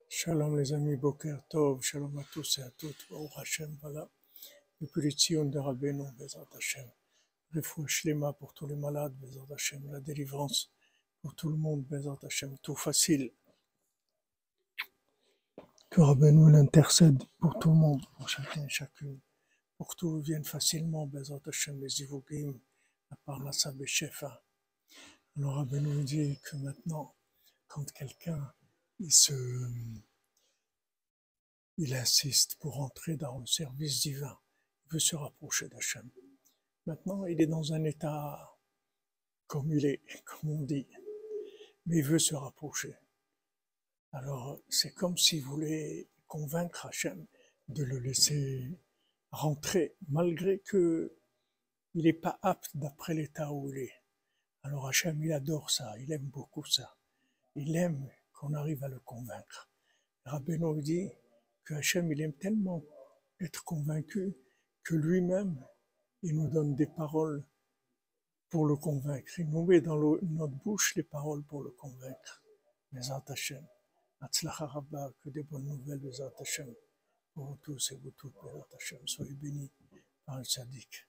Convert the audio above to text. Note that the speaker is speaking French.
Shalom les amis, Boker Tov, shalom à tous et à toutes, Baruch Hashem, voilà, depuis les Tzion de Rabbeinu, Bezrat Hashem, Refoua Shlema pour tous les malades, Bezrat Hashem, la délivrance pour tout le monde, Bezrat Hashem, tout facile, que Rabbeinu intercède pour tout le monde, pour chacun et chacune, pour que tout vienne facilement, Bezrat Hashem, les Ivogim, la Parnassa Beshefa. Alors Rabbeinu dit que maintenant, quand quelqu'un, il insiste pour entrer dans le service divin, il veut se rapprocher d'Hachem. Maintenant, il est dans un état comme il est, comme on dit, mais il veut se rapprocher. Alors, c'est comme s'il voulait convaincre Hachem de le laisser rentrer, malgré que il n'est pas apte d'après l'état où il est. Alors Hachem, il adore ça, il aime beaucoup ça. Il aime qu'on arrive à le convaincre. Rabbeinu dit que Hachem, il aime tellement être convaincu que lui-même, il nous donne des paroles pour le convaincre. Il nous met dans notre bouche les paroles pour le convaincre. Bezrat Hashem, Hatzlacha Rabba, que des bonnes nouvelles, Bezrat Hashem, pour vous tous et vous toutes, Bezrat Hashem, soyez bénis par le Tzaddik.